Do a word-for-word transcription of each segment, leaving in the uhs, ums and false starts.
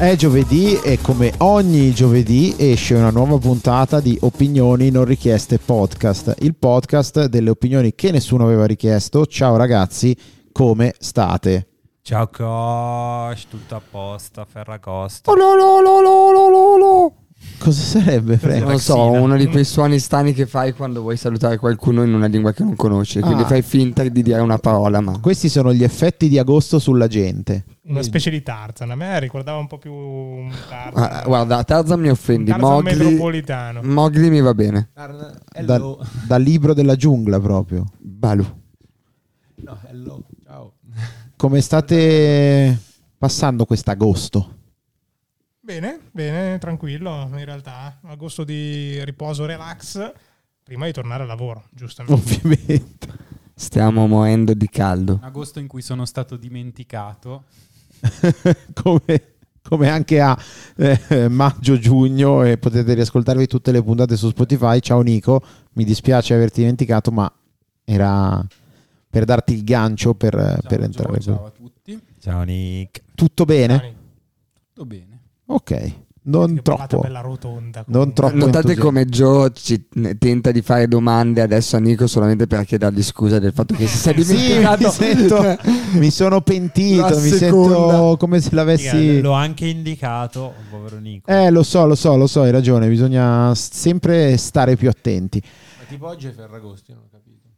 È giovedì e come ogni giovedì esce una nuova puntata di Opinioni non richieste podcast, il podcast delle opinioni che nessuno aveva richiesto. Ciao ragazzi, come state? Ciao Cosh, tutto a posto, Ferragosto. Oh, lo, lo, lo, lo, lo, lo. Cosa sarebbe? Non lo so, uno di quei suoni strani che fai quando vuoi salutare qualcuno in una lingua che non conosci, quindi ah. fai finta di dire una parola. Ma questi sono gli effetti di agosto sulla gente. Una specie di Tarzan, a me ricordava un po' più un Tarzan. Ah, guarda, Tarzan mi offendi, Tarzan Mowgli, metropolitano. Mowgli mi va bene. Da, dal libro della giungla proprio. Balù. No, hello, ciao. Come state passando quest'agosto? Bene, bene, tranquillo, in realtà. Agosto di riposo, relax, prima di tornare al lavoro, giustamente. Ovviamente. Stiamo morendo di caldo. Agosto in cui sono stato dimenticato. come, come anche a eh, maggio-giugno, e potete riascoltarvi tutte le puntate su Spotify. Ciao Nico, mi dispiace averti dimenticato, ma era per darti il gancio per, Ciao, per entrare. ciao, ciao a tutti. Ciao Nick. Tutto bene? Dani, Tutto bene. Ok, non che troppo. parlata bella rotonda. Non troppo. Notate entusiasmo. come Joe ci tenta di fare domande adesso a Nico solamente per chiedergli scusa del fatto che si sia Sì, dimenticato. mi, sento, mi sono pentito, La mi seconda. sento come se l'avessi... L'ho anche indicato, povero Nico. Eh, lo so, lo so, lo so, hai ragione, bisogna sempre stare più attenti. Ma tipo oggi è Ferragosto, non ho capito.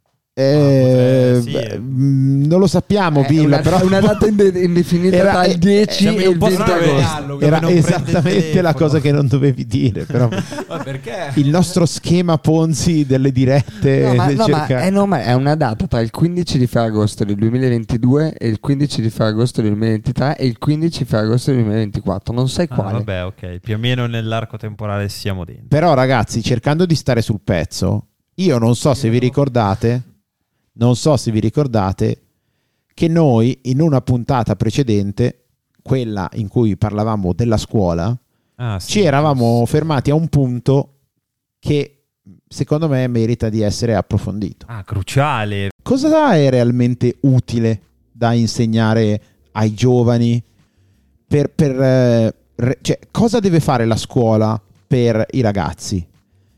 Eh, Ah, potrei- sì, beh, eh. mh, non lo sappiamo, È Bill, una, però una data inde- indefinita Era- tra il dieci Siamo e in un il po' venti strano, agosto. era non prende il esattamente la telefono. cosa che non dovevi dire, però Ma perché? il nostro schema Ponzi delle dirette No, ma, del no, ma cercare- è, normale, è una data tra il quindici di Ferragosto del duemilaventidue e il quindici di Ferragosto del duemilaventitré e il quindici di Ferragosto del duemilaventiquattro. Non sai Ah, quale. vabbè, ok, più o meno nell'arco temporale siamo dentro. Però ragazzi, cercando di stare sul pezzo, io non so se vi ricordate, non so se vi ricordate che noi in una puntata precedente, quella in cui parlavamo della scuola, Ah, sì. ci eravamo fermati a un punto che secondo me merita di essere approfondito. Ah, cruciale. Cosa è realmente utile da insegnare ai giovani? Per, per, eh, re- cioè, cosa deve fare la scuola per i ragazzi?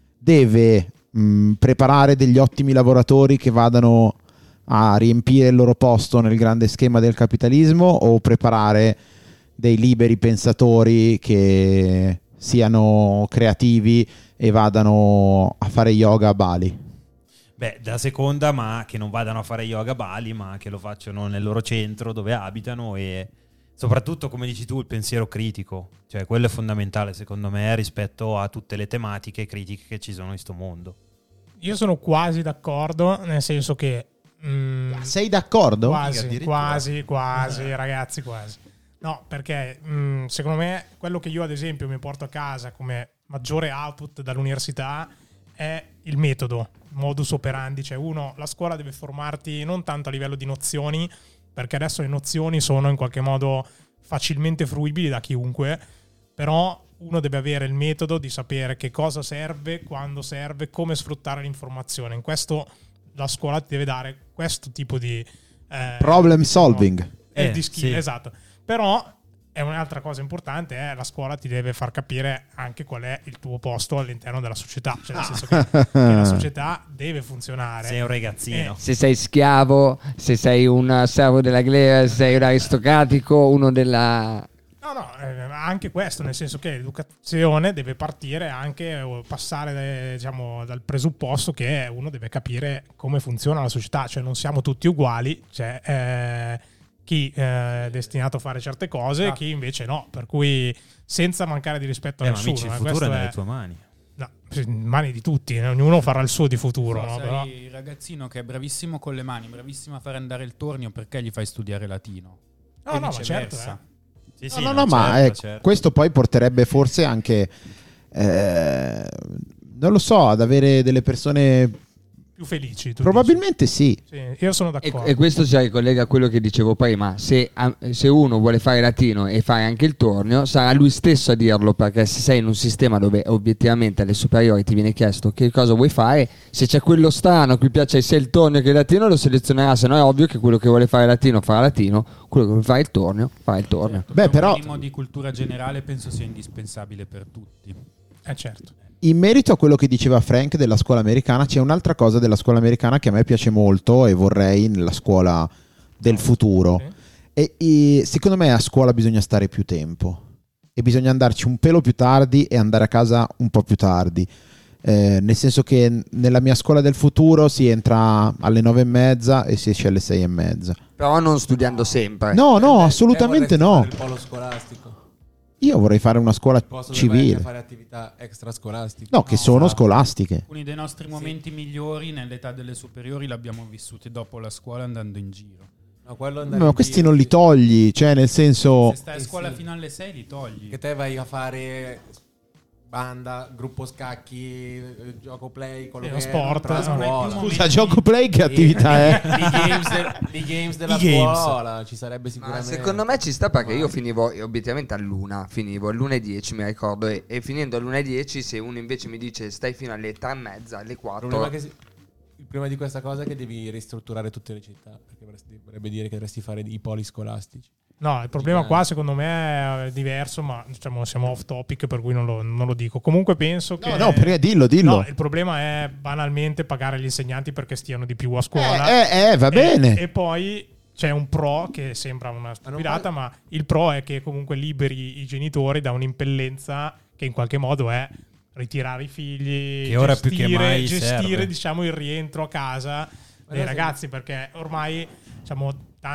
Deve mh, preparare degli ottimi lavoratori che vadano a riempire il loro posto nel grande schema del capitalismo, o preparare dei liberi pensatori che siano creativi e vadano a fare yoga a Bali? Beh, da seconda, ma che non vadano a fare yoga a Bali, ma che lo facciano nel loro centro dove abitano, e soprattutto, come dici tu, il pensiero critico. Cioè, quello è fondamentale secondo me rispetto a tutte le tematiche critiche che ci sono in sto mondo. Io sono quasi d'accordo, nel senso che... mm, Sei d'accordo? Quasi, quasi, quasi, ragazzi, quasi. No, perché mh, secondo me quello che io ad esempio mi porto a casa come maggiore output dall'università è il metodo, modus operandi. Cioè, uno, la scuola deve formarti non tanto a livello di nozioni, perché adesso le nozioni sono in qualche modo facilmente fruibili da chiunque, però uno deve avere il metodo di sapere che cosa serve, quando serve, come sfruttare l'informazione. In questo la scuola ti deve dare questo tipo di eh, Problem diciamo, solving. eh, Eh, di skill, sì. esatto. Però è un'altra cosa importante, è la scuola ti deve far capire anche qual è il tuo posto all'interno della società, cioè nel senso che, che la società deve funzionare. Sei un ragazzino. Se sei schiavo, se sei un servo della glera, se sei un aristocratico, uno della... No, no, eh, anche questo, nel senso che l'educazione deve partire anche, o passare diciamo, dal presupposto che uno deve capire come funziona la società, cioè non siamo tutti uguali, cioè eh, chi eh, è destinato a fare certe cose e Ah. chi invece no, per cui senza mancare di rispetto a Eh, ma nessuno. amici, il eh, futuro è questo nelle è tue mani. no, in mani di tutti, eh, ognuno farà il suo di futuro. So, no? sei Però, il ragazzino che è bravissimo con le mani, bravissimo a fare andare il tornio, perché gli fai studiare latino? no, E no, ma viceversa. certo, eh. Sì, sì, no, no, no, ma certo, eh, certo. questo poi porterebbe forse anche, eh, non lo so, ad avere delle persone più felici. tu Probabilmente sì. dici? Sì, io sono E, d'accordo. e questo si ricollega a quello che dicevo prima. Se, a- se uno vuole fare latino e fare anche il tornio, sarà lui stesso a dirlo, perché se sei in un sistema dove obiettivamente alle superiori ti viene chiesto che cosa vuoi fare, se c'è quello strano a cui piace sia il tornio che il latino, lo selezionerà. Se no è ovvio che quello che vuole fare latino farà latino, quello che vuole fare il tornio farà il tornio. Beh, però Un minimo di cultura generale penso sia indispensabile per tutti. Eh certo. in merito a quello che diceva Frank della scuola americana, c'è un'altra cosa della scuola americana che a me piace molto e vorrei nella scuola del futuro. Sì. E, e secondo me a scuola bisogna stare più tempo e bisogna andarci un pelo più tardi e andare a casa un po' più tardi. Eh, nel senso che nella mia scuola del futuro si entra alle nove e mezza e si esce alle sei e mezza. Però non studiando sempre. No, no, Eh, assolutamente vorresti no. fare il polo scolastico. Io vorrei fare una scuola Posso dove vai a civile. fare attività extrascolastiche. No, che No, sono esatto. scolastiche. Alcuni dei nostri momenti migliori nell'età delle superiori l'abbiamo vissuti dopo la scuola andando in giro. No, quello andare Ma in questi giro, non li sì. togli, cioè nel senso... Se stai a eh scuola sì. fino alle sei li togli. Che te vai a fare banda, gruppo scacchi, eh, gioco play, quello Sì, che lo sport, è, un'altra non hai più scuola. Scusa, gioco play che I- attività è? I games, de- i games della I games. scuola ci sarebbe Ma sicuramente. secondo me ci sta, perché io finivo eh, obiettivamente all'una, finivo all'una e dieci mi ricordo, e, e finendo all'una e dieci, se uno invece mi dice stai fino alle tre e mezza, alle Il quattro, problema, che si- il problema di questa cosa è che devi ristrutturare tutte le città, perché vorresti- vorrebbe dire che dovresti fare i poli scolastici. No, il problema qua secondo me è diverso, ma diciamo siamo off topic per cui non lo, non lo dico. Comunque penso che... No, no, perché dillo, dillo. No, il problema è banalmente pagare gli insegnanti perché stiano di più a scuola. Eh, eh, eh, va E- bene. E poi c'è un pro che sembra una stupidata, ma il pro è che comunque liberi i genitori da un'impellenza che in qualche modo è ritirare i figli, Che ora più che gestire, mai gestire serve. diciamo il rientro a casa dei sì. ragazzi, perché ormai diciamo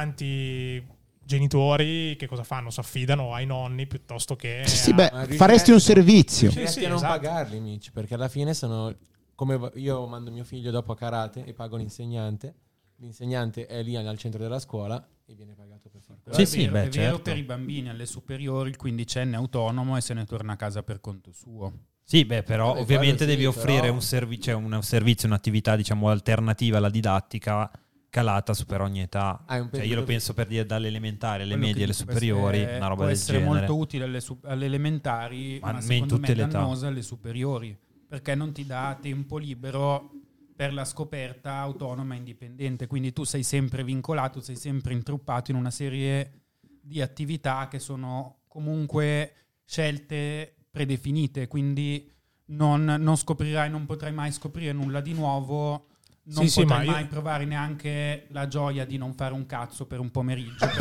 tanti genitori che cosa fanno? Si affidano ai nonni piuttosto che Sì, sì, a- beh, Ma riuscirei- faresti un servizio. Sì, Riesci sì, a non esatto. pagarli, amici, perché alla fine sono come va- io mando mio figlio dopo a karate e pago l'insegnante. L'insegnante è lì al centro della scuola e viene pagato per fare quello. Sì, è sì, vero, beh, è vero certo. per i bambini alle superiori il quindicenne è autonomo e se ne torna a casa per conto suo. Sì, beh, però Vabbè, ovviamente quello sì, devi offrire però- un, servi- cioè un servizio, un'attività diciamo alternativa alla didattica calata su per ogni età. Hai un Cioè, io lo periodo- penso per dire dalle elementari alle Quello medie che alle dico, superiori, può essere- una roba può del essere genere. molto utile alle, su- alle elementari, Ma ma, in secondo tutte me le è età. dannosa alle superiori, perché non ti dà tempo libero per la scoperta autonoma e indipendente, quindi tu sei sempre vincolato, sei sempre intruppato in una serie di attività che sono comunque scelte predefinite, quindi non, non scoprirai, non potrai mai scoprire nulla di nuovo. Non Sì, sì, potrai ma io- mai provare neanche la gioia di non fare un cazzo per un pomeriggio, per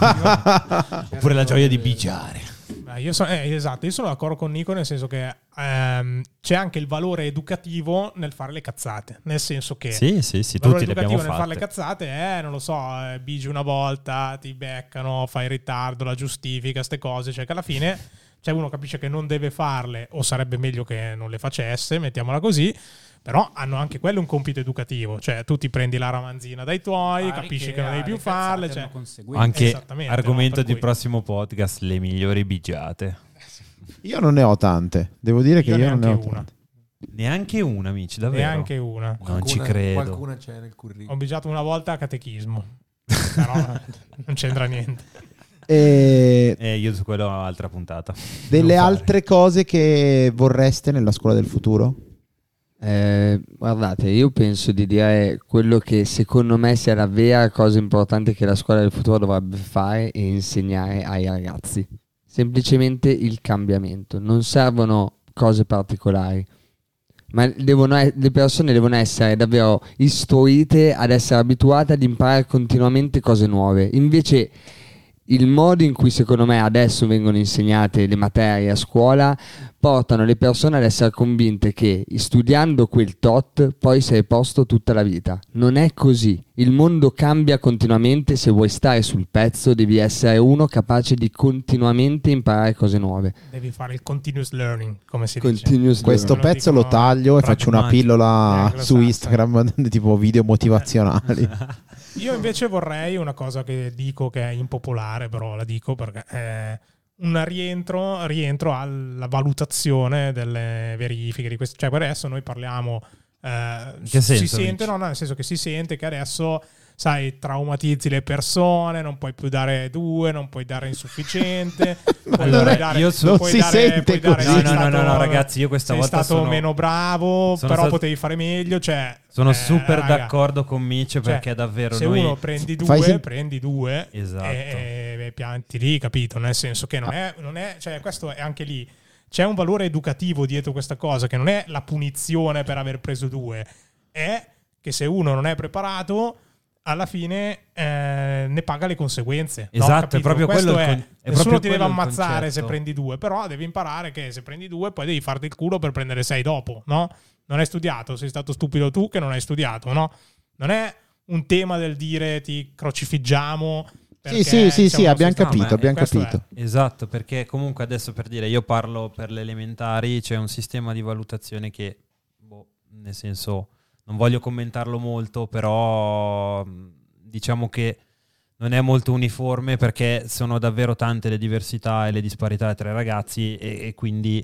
esempio. Oppure la gioia di bigiare. Beh, io so- eh, esatto, io sono d'accordo con Nico nel senso che ehm, c'è anche il valore educativo nel fare le cazzate, nel senso che Sì, sì, sì, il valore tutti le abbiamo educativo nel fare le fatte. cazzate è, non lo so, eh, bigi una volta, ti beccano, fai ritardo, la giustifica, ste cose, cioè che alla fine cioè uno capisce che non deve farle o sarebbe meglio che non le facesse, mettiamola così. Però hanno anche quello un compito educativo, cioè tu ti prendi la ramanzina dai tuoi, Pari capisci che che non devi alle più cazzate farle, hanno cioè, conseguenze. Anche Esattamente, argomento no? Per di cui- prossimo podcast, le migliori bigiate. Io non ne ho tante. Devo dire che Io io non ne ho neanche una. tante. Neanche una, amici, davvero. neanche una. Non Qualcuna- ci credo. Qualcuna c'è nel curriculum. Ho bigiato una volta a catechismo, però non c'entra niente. E Eh, io su quello ho altra puntata. delle Non fare. altre cose che vorreste nella scuola del futuro? Eh, guardate, io penso di dire quello che secondo me sia la vera cosa importante che la scuola del futuro dovrebbe fare e insegnare ai ragazzi. Semplicemente il cambiamento. Non servono cose particolari, ma devono, e- le persone devono essere davvero istruite ad essere abituate ad imparare continuamente cose nuove. Invece il modo in cui secondo me adesso vengono insegnate le materie a scuola portano le persone ad essere convinte che studiando quel tot poi sei a posto tutta la vita. Non è così. Il mondo cambia continuamente, se vuoi stare sul pezzo devi essere uno capace di continuamente imparare cose nuove. Devi fare il continuous learning, come si dice. Continuous Questo Me lo pezzo lo dicono taglio e faccio una pragmatico. pillola Eh, lo su sa, Instagram tipo video motivazionali. Io invece vorrei una cosa che dico che è impopolare, però la dico perché è un rientro, rientro alla valutazione delle verifiche di questo. Cioè per adesso noi parliamo eh, che senso, si sente, amici? no, no, nel senso che si sente che adesso, sai, traumatizzi le persone, non puoi più dare due, non puoi dare insufficiente. Ma puoi allora, dare, io so- puoi non si dare, sente puoi dare, così. sei No, no, no, stato- no, ragazzi, io questa sei volta stato sono- meno bravo, sono però stato- potevi fare meglio, cioè Sono eh, super raga, d'accordo con Mitch cioè, perché davvero se noi... uno prendi due, Fai sen- prendi due Esatto. e, e pianti lì, capito? Nel senso che non è, non è, cioè questo è anche lì. C'è un valore educativo dietro questa cosa, che non è la punizione per aver preso due, è che se uno non è preparato, alla fine eh, ne paga le conseguenze. No, Esatto, capito? è proprio Questo quello il è. con- è Nessuno proprio ti deve quello il ammazzare se concetto. prendi due, però devi imparare che se prendi due poi devi farti il culo per prendere sei dopo, no? Non hai studiato, sei stato stupido tu che non hai studiato, no? Non è un tema del dire ti crocifiggiamo. Sì, sì, sì, sì, abbiamo no, capito, ma abbiamo questo capito. Esatto, perché comunque adesso per dire, io parlo per le elementari, c'è un sistema di valutazione che, boh, nel senso, non voglio commentarlo molto, però mh, diciamo che non è molto uniforme perché sono davvero tante le diversità e le disparità tra i ragazzi e, e quindi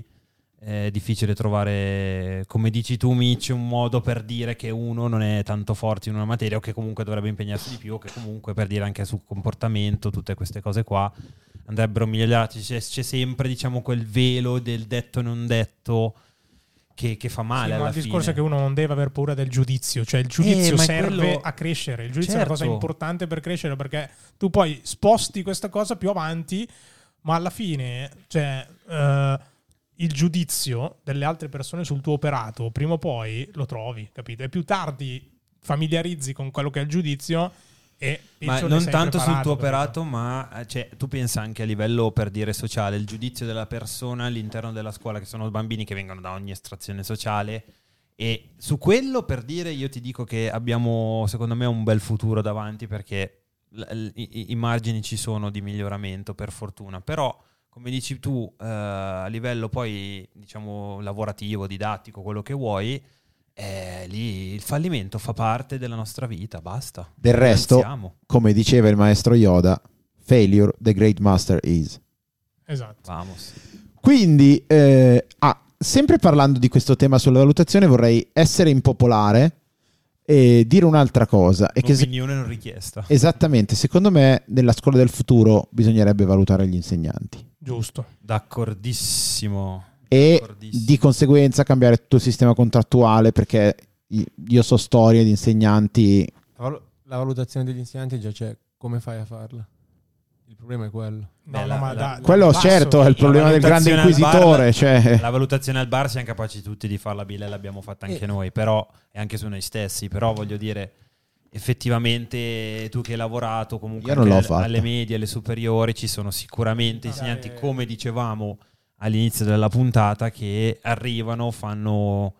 è difficile trovare, come dici tu Mitch, un modo per dire che uno non è tanto forte in una materia o che comunque dovrebbe impegnarsi di più o che comunque per dire anche sul comportamento, tutte queste cose qua andrebbero migliorate. C'è, c'è sempre, diciamo, quel velo del detto e non detto che, che fa male Sì, ma alla il fine. discorso è che uno non deve aver paura del giudizio, cioè il giudizio Eh, ma è serve quello- a crescere, il giudizio è una cosa Certo. importante per crescere perché tu poi sposti questa cosa più avanti, ma alla fine, cioè, eh, il giudizio delle altre persone sul tuo operato prima o poi lo trovi, capito? E più tardi familiarizzi con quello che è il giudizio e Ma peggio ne non sei tanto sul preparato, tuo capito? operato, ma eh, cioè, tu pensa anche a livello, per dire, sociale, il giudizio della persona all'interno della scuola, che sono bambini che vengono da ogni estrazione sociale, e su quello, per dire, io ti dico che abbiamo, secondo me, un bel futuro davanti perché l- i, i margini ci sono di miglioramento, per fortuna, però come dici tu, eh, a livello poi, diciamo, lavorativo, didattico, quello che vuoi, eh, lì il fallimento fa parte della nostra vita, basta. Del resto, Iniziamo. come diceva il maestro Yoda, failure the great master is. Esatto. Vamos. Quindi, eh, ah, sempre parlando di questo tema sulla valutazione, vorrei essere impopolare e dire un'altra cosa. È che se- Un'opinione non richiesta. esattamente, secondo me, nella scuola del futuro bisognerebbe valutare gli insegnanti. Giusto. D'accordissimo. E D'accordissimo. di conseguenza cambiare tutto il sistema contrattuale, perché io so storie di insegnanti. La valutazione degli insegnanti già c'è, come fai a farla? Il problema è quello. No, Beh, no, la- ma la- da- Quello da basso- certo è il la problema del grande valutazione al inquisitore, bar- cioè. La valutazione al bar siamo capaci tutti di farla, Bile, l'abbiamo fatta anche Eh. noi, però e anche su noi stessi, però voglio dire, effettivamente tu che hai lavorato comunque Io non anche l'ho alle- fatta. alle medie, alle superiori, ci sono sicuramente No, insegnanti, dai. come dicevamo all'inizio della puntata, che arrivano, fanno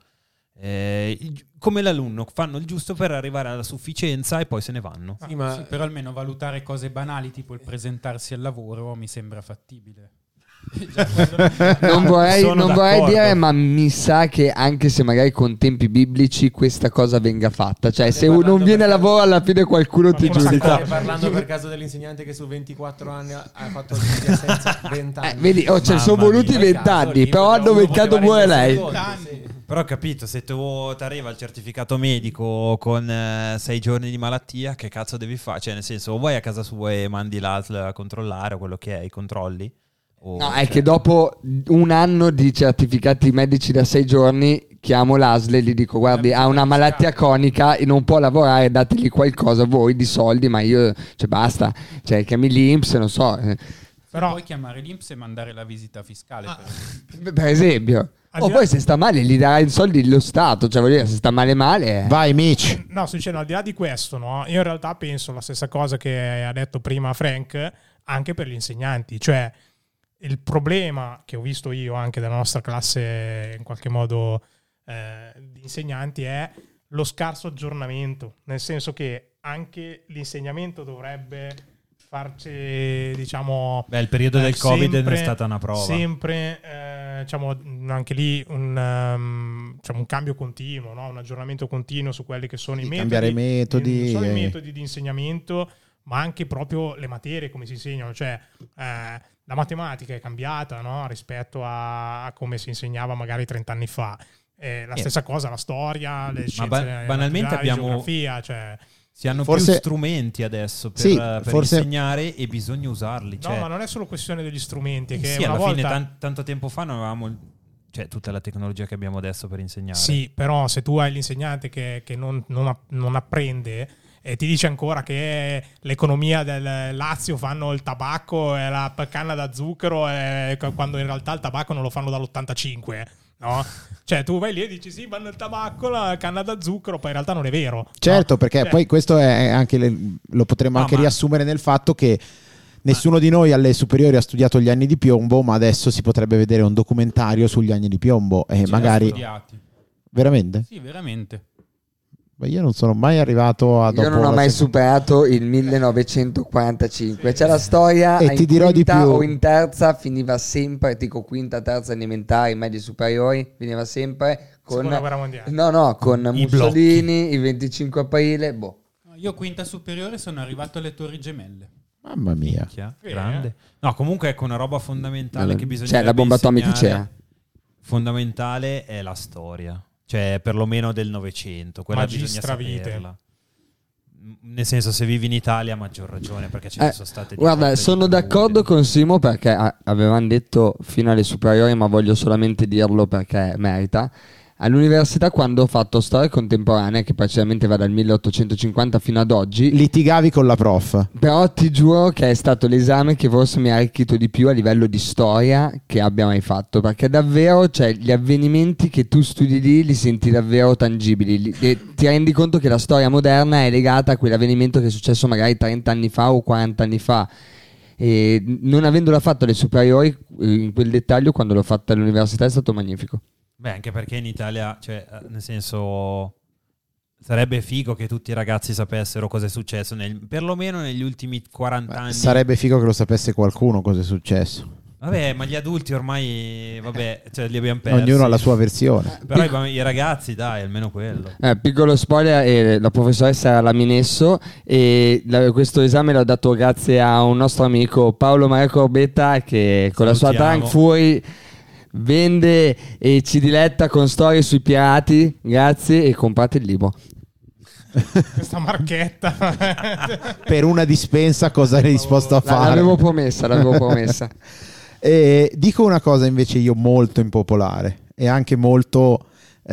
eh, il- come l'alunno, fanno il giusto per arrivare alla sufficienza e poi se ne vanno. Sì, ma Sì, però almeno valutare cose banali tipo il presentarsi al lavoro mi sembra fattibile. Già quello- Non vorrei, Sono non vorrei d'accordo. dire, ma mi sa che anche se magari con tempi biblici questa cosa venga fatta. Cioè, se uno non parlando viene a perché- lavoro, alla fine qualcuno ti Ma un giudica. sacco- stai parlando per caso dell'insegnante che su ventiquattro anni ha ha fatto di assenza venti anni. Eh, vedi, oh, ce ne sono Mamma voluti mia. vent'anni, però hanno beccato pure lei. Però ho capito, se tu ti arriva il certificato medico con eh, sei giorni di malattia, che cazzo devi fare? Cioè, nel senso, o vai a casa sua e mandi l'A S L a controllare o quello che è, i controlli? O, No, è cioè, che dopo un anno di certificati medici da sei giorni chiamo l'A S L e gli dico: guardi, ha una malattia cronica e non può lavorare, dategli qualcosa voi di soldi, ma io, cioè basta, cioè chiami l'I N P S, non so, eh, Però- puoi chiamare l'I N P S e mandare la visita fiscale. Ah. per esempio. per esempio. Al O di là- poi se sta male gli darai i soldi lo Stato, cioè vuol dire, se sta male male... eh. Vai Mitch. No, sto dicendo, al di là di questo, no, io in realtà penso la stessa cosa che ha detto prima Frank anche per gli insegnanti. Cioè, il problema che ho visto io anche della nostra classe, in qualche modo, eh, di insegnanti, è lo scarso aggiornamento. Nel senso che anche l'insegnamento dovrebbe farci, diciamo... Beh, il periodo del eh, Covid sempre- è stata una prova. Sempre, eh, diciamo, anche lì un, um, diciamo, un cambio continuo, no? Un aggiornamento continuo su quelli che sono Di i metodi. cambiare i metodi, Non solo eh. i metodi di insegnamento, ma anche proprio le materie, come si insegnano. Cioè, eh, la matematica è cambiata, no? Rispetto a, a come si insegnava magari trenta anni fa. E la Eh. stessa cosa, la storia, le scienze, ba- la banalmente la abbiamo- geografia, cioè... Si hanno Forse- più strumenti adesso per, Sì, per forse- insegnare e bisogna usarli. No, Cioè, ma non è solo questione degli strumenti, è eh che sì, una alla volta... fine tan- tanto tempo fa non avevamo il- cioè, tutta la tecnologia che abbiamo adesso per insegnare. Sì, però se tu hai l'insegnante che, che non, non app- non apprende e ti dice ancora che l'economia del Lazio fanno il tabacco e la p- canna da zucchero, e quando in realtà il tabacco non lo fanno dall'ottantacinque, no? Cioè tu vai lì e dici sì, fanno il tabacco, la canna da zucchero, poi in realtà non è vero. Certo, no? perché Cioè, poi questo è anche le- lo potremmo No, anche ma- riassumere nel fatto che nessuno di noi alle superiori ha studiato gli anni di piombo, ma adesso si potrebbe vedere un documentario sugli anni di piombo e Ce li ha magari studiati. veramente? Sì, veramente. Ma io non sono mai arrivato a Io non dopo ho la mai seconda- superato il millenovecentoquarantacinque. C'è la storia E in ti dirò di quinta più. o in terza, finiva sempre, dico quinta, terza elementari, medie superiori, finiva sempre con Seconda guerra mondiale. no, no, con I Mussolini, il venticinque aprile, boh. No, Io quinta superiore sono arrivato alle Torri Gemelle. Mamma mia. Minchia, Sì, grande. No, comunque ecco una roba fondamentale che bisogna Cioè, la bomba atomica c'era. Fondamentale è la storia, cioè perlomeno del Novecento, quella bisogna Magistravite. saperla. M- Nel senso, se vivi in Italia, a maggior ragione, perché ce ne Eh, sono state di Guarda, cotte, di sono crude. d'accordo con Simo perché ah, avevano detto fino alle superiori, ma voglio solamente dirlo perché merita. All'università, quando ho fatto storia contemporanea, che praticamente va dal milleottocentocinquanta fino ad oggi, Litigavi con la prof. però ti giuro che è stato l'esame che forse mi ha arricchito di più a livello di storia che abbia mai fatto, perché davvero, cioè, gli avvenimenti che tu studi lì li senti davvero tangibili, li- e ti rendi conto che la storia moderna è legata a quell'avvenimento che è successo magari trenta anni fa o quaranta anni fa. E non avendola fatto alle superiori, eh, in quel dettaglio, quando l'ho fatta all'università è stato magnifico. Beh, anche perché in Italia, cioè, eh, nel senso, sarebbe figo che tutti i ragazzi sapessero cosa è successo, nel- perlomeno negli ultimi quaranta anni. Sarebbe figo che lo sapesse qualcuno cosa è successo. Vabbè, ma gli adulti ormai, vabbè, cioè, li abbiamo persi. Ognuno ha la sua versione. Però i, bamb- i ragazzi, dai, almeno quello. Eh, piccolo spoiler, eh, la professoressa era la Minesso e la- questo esame l'ho dato grazie a un nostro amico Paolo Maria Corbetta che con la sua Salutiamo. Drunk Fury vende e ci diletta con storie sui pirati. Grazie, e comprate il libro. Questa marchetta. Per una dispensa cosa eri disposto a La- fare? l'avevo promessa, l'avevo promessa. E dico una cosa invece io molto impopolare e anche molto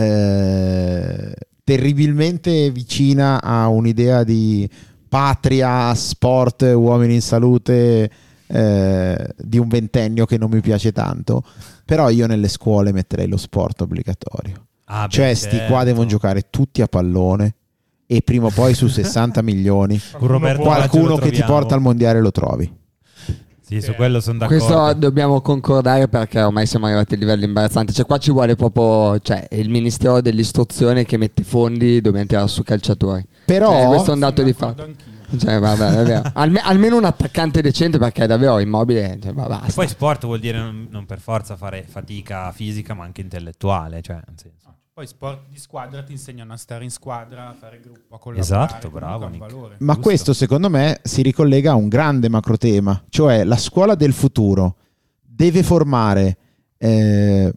eh, terribilmente vicina a un'idea di patria, sport, uomini in salute eh, di un ventennio che non mi piace tanto, però io nelle scuole metterei lo sport obbligatorio. Ah, beh, Cioè sti certo. qua devono giocare tutti a pallone e prima o poi su sessanta milioni Con Roberto qualcuno Baggio lo che ti troviamo. porta al mondiale lo trovi. Sì, su quello sono d'accordo. Questo dobbiamo concordare perché ormai siamo arrivati a livelli imbarazzanti. Cioè, qua ci vuole proprio, cioè, il Ministero dell'Istruzione che mette i fondi, dobbiamo tirare su calciatori. Però Cioè, questo è un dato Sono di d'accordo fatto. anch'io. Cioè, vabbè, è vero. Alme- almeno un attaccante decente, perché davvero immobile, cioè, va, E basta. poi sport vuol dire non, non per forza fare fatica fisica, ma anche intellettuale, cioè, nel senso. Poi sport di squadra ti insegnano a stare in squadra, a fare gruppo, a collaborare. Esatto, comunque bravo, ha un Nick. valore. Ma Giusto. questo secondo me si ricollega a un grande macro tema, cioè la scuola del futuro deve formare eh,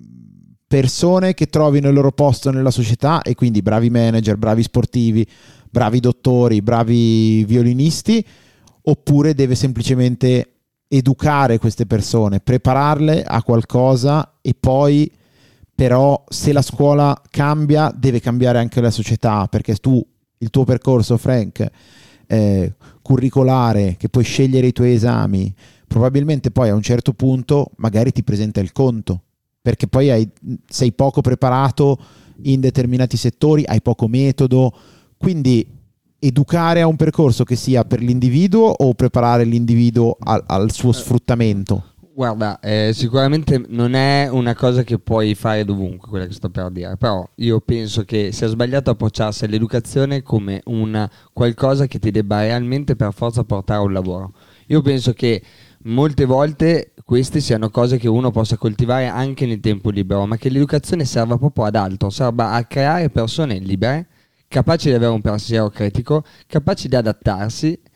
persone che trovino il loro posto nella società e quindi bravi manager, bravi sportivi, bravi dottori, bravi violinisti, oppure deve semplicemente educare queste persone, prepararle a qualcosa e poi però se la scuola cambia deve cambiare anche la società, perché tu il tuo percorso, Frank, eh, curricolare, che puoi scegliere i tuoi esami, probabilmente poi a un certo punto magari ti presenta il conto, perché poi hai, sei poco preparato in determinati settori, hai poco metodo, quindi educare a un percorso che sia per l'individuo o preparare l'individuo al, al suo sfruttamento? Guarda, eh, sicuramente non è una cosa che puoi fare dovunque, quella che sto per dire, però io penso che sia sbagliato approcciarsi all'educazione come una qualcosa che ti debba realmente per forza portare a un lavoro. Io penso che molte volte queste siano cose che uno possa coltivare anche nel tempo libero, ma che l'educazione serva proprio ad altro, serva a creare persone libere, capaci di avere un pensiero critico, capaci di adattarsi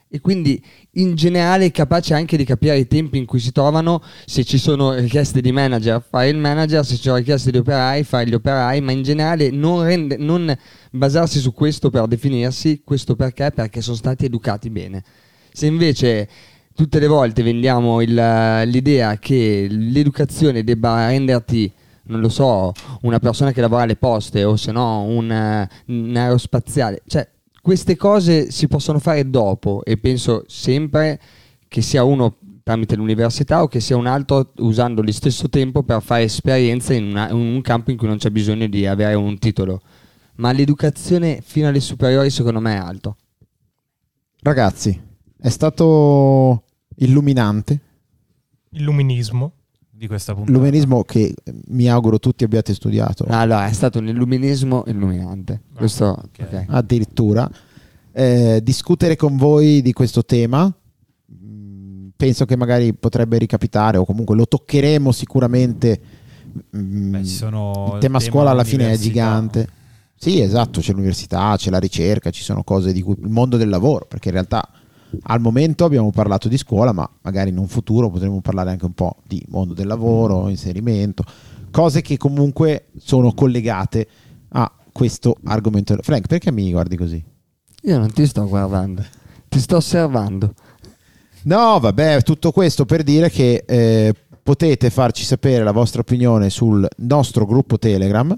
e quindi in generale è capace anche di capire i tempi in cui si trovano, se ci sono richieste di manager fare il manager, se ci sono richieste di operai fare gli operai, ma in generale non, rende, non basarsi su questo per definirsi. Questo perché? Perché sono stati educati bene. Se invece tutte le volte vendiamo il, l'idea che l'educazione debba renderti, non lo so, una persona che lavora alle poste o se no un, un aerospaziale, cioè queste cose si possono fare dopo, e penso sempre che sia uno tramite l'università o che sia un altro usando lo stesso tempo per fare esperienza in, una, in un campo in cui non c'è bisogno di avere un titolo. Ma l'educazione fino alle superiori secondo me è alto. Ragazzi, è stato illuminante. Illuminismo. Di questa puntata. Illuminismo che mi auguro tutti abbiate studiato. Allora, è stato un illuminismo illuminante. Questo, ok. ok. Addirittura. Eh, discutere con voi di questo tema, mh, penso che magari potrebbe ricapitare, o comunque lo toccheremo sicuramente. Mh, Beh, ci sono il tema il scuola alla fine è università. gigante. Sì, esatto, c'è l'università, c'è la ricerca, ci sono cose di cui il mondo del lavoro, perché in realtà al momento abbiamo parlato di scuola, ma magari in un futuro potremo parlare anche un po' di mondo del lavoro, inserimento, cose che comunque sono collegate a questo argomento. Frank, perché mi guardi così? Io non ti sto guardando, ti sto osservando. No, vabbè, tutto questo per dire che eh, potete farci sapere la vostra opinione sul nostro gruppo Telegram.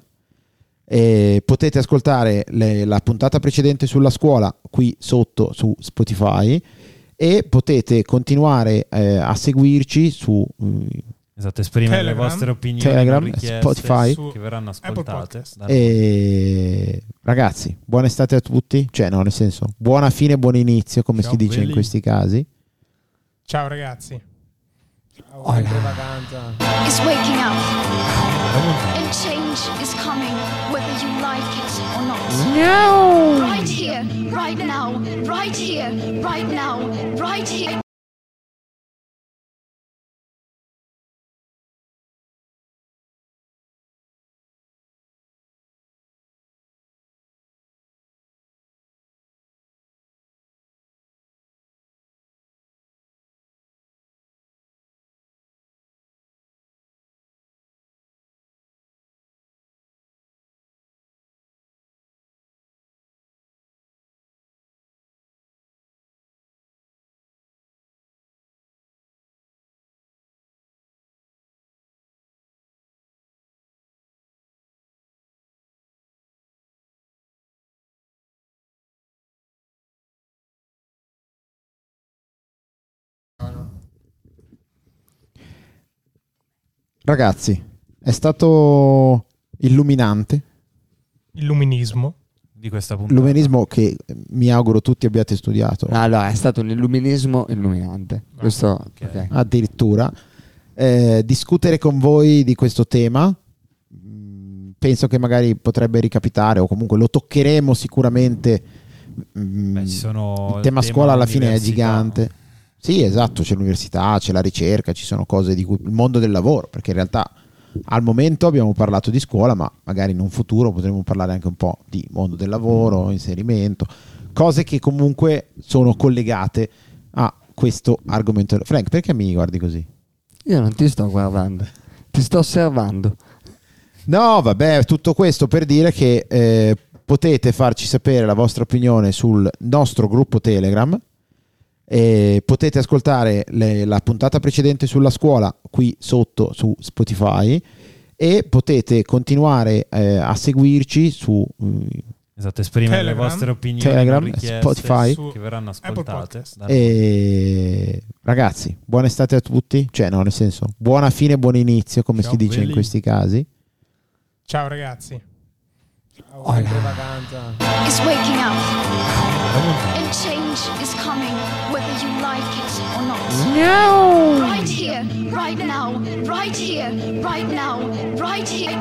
E potete ascoltare le, la puntata precedente sulla scuola qui sotto su Spotify, e potete continuare eh, a seguirci su eh, Esatto, esprimere Telegram, le vostre opinioni, Telegram, richieste Spotify, che verranno ascoltate. da noi. e ragazzi, buona estate a tutti, cioè no, nel senso, buona fine, buon inizio, come Ciao, si dice belli. in questi casi. Ciao ragazzi. Oh, sempre vacanza. is waking up, and change is coming, whether you like it or not. No! Right here, right now, right here, right now, right here. Ragazzi, è stato illuminante. Illuminismo. Di questa puntata. Illuminismo che mi auguro tutti abbiate studiato. Allora, è stato un illuminismo illuminante. Questo, ok. ok. Addirittura. Eh, discutere con voi di questo tema, mh, penso che magari potrebbe ricapitare, o comunque lo toccheremo sicuramente. mh, Beh, ci sono il tema il scuola alla fine è università. gigante. Sì, esatto, c'è l'università, c'è la ricerca, ci sono cose di cui il mondo del lavoro, perché in realtà al momento abbiamo parlato di scuola, ma magari in un futuro potremo parlare anche un po' di mondo del lavoro, inserimento, cose che comunque sono collegate a questo argomento. Frank, perché mi guardi così? Io non ti sto guardando, ti sto osservando. No, vabbè, tutto questo per dire che eh, potete farci sapere la vostra opinione sul nostro gruppo Telegram. E potete ascoltare le, la puntata precedente sulla scuola qui sotto su Spotify, e potete continuare eh, a seguirci su eh, Esatto, esprimere Telegram, le vostre opinioni, Telegram, richieste Spotify, che verranno Apple ascoltate. Podcast. da noi. e ragazzi, buona estate a tutti, cioè no, nel senso, buona fine, buon inizio, come Ciao, si dice in belli. questi casi. Ciao ragazzi. Oh, sempre vacanza. Is waking up, and change is coming, whether you like it or not. No! Right here, right now, right here, right now, right here.